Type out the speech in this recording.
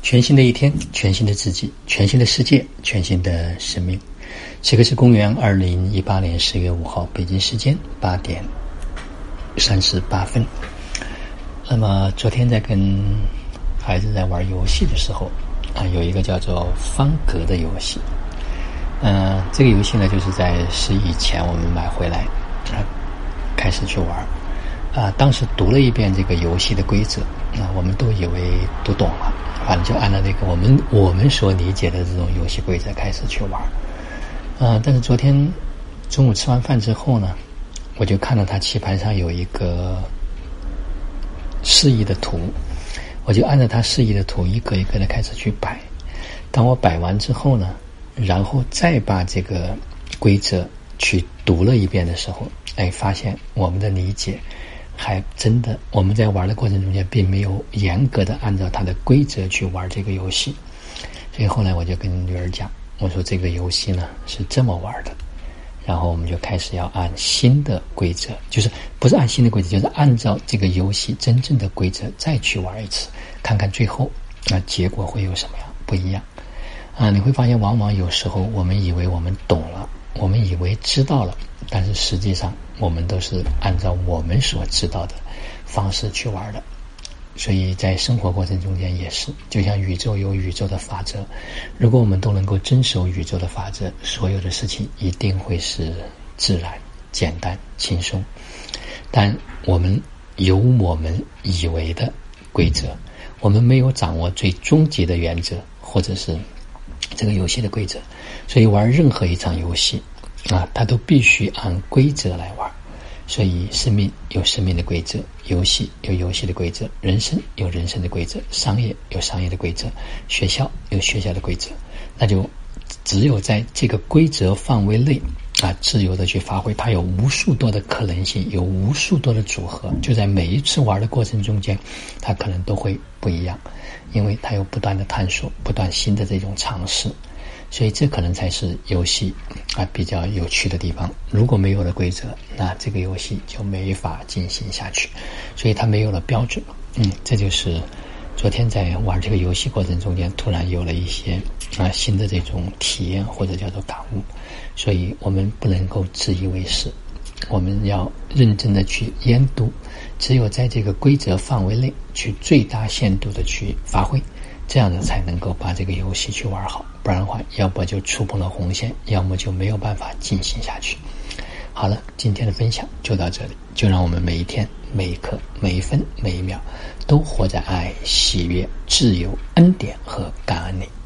全新的一天，全新的自己，全新的世界，全新的生命。这个是公元2018年10月5号北京时间8点38分。那么昨天在跟孩子在玩游戏的时候有一个叫做方格的游戏。这个游戏呢就是在10以前我们买回来开始去玩。当时读了一遍这个游戏的规则，我们都以为读懂了，反正就按照那个我们所理解的这种游戏规则开始去玩。但是昨天中午吃完饭之后呢，我就看到他棋盘上有一个示意的图，我就按照他示意的图一个一个的开始去摆。当我摆完之后呢，然后再把这个规则去读了一遍的时候，发现我们的理解还真的，我们在玩的过程中间并没有严格的按照它的规则去玩这个游戏。所以后来我就跟女儿讲，我说这个游戏呢是这么玩的，然后我们就开始要按新的规则，就是不是按新的规则，就是按照这个游戏真正的规则再去玩一次，看看最后结果会有什么样不一样。你会发现往往有时候我们以为我们懂了，我们以为知道了，但是实际上我们都是按照我们所知道的方式去玩的。所以在生活过程中间也是，就像宇宙有宇宙的法则，如果我们都能够遵守宇宙的法则，所有的事情一定会是自然、简单、轻松。但我们有我们以为的规则，我们没有掌握最终极的原则，或者是这个游戏的规则。所以玩任何一场游戏它都必须按规则来玩。所以生命有生命的规则，游戏有游戏的规则，人生有人生的规则，商业有商业的规则，学校有学校的规则。那就只有在这个规则范围内自由的去发挥，它有无数多的可能性，有无数多的组合，就在每一次玩的过程中间，它可能都会不一样，因为它有不断的探索，不断新的这种尝试。所以这可能才是游戏比较有趣的地方。如果没有了规则，那这个游戏就没法进行下去，所以它没有了标准。这就是昨天在玩这个游戏过程中间突然有了一些新的这种体验或者叫做感悟。所以我们不能够自以为是，我们要认真的去研读，只有在这个规则范围内去最大限度的去发挥，这样子才能够把这个游戏去玩好，不然的话要不就触碰了红线，要么就没有办法进行下去。好了，今天的分享就到这里，就让我们每一天每一刻每一分每一秒都活在爱、喜悦、自由、恩典和感恩里。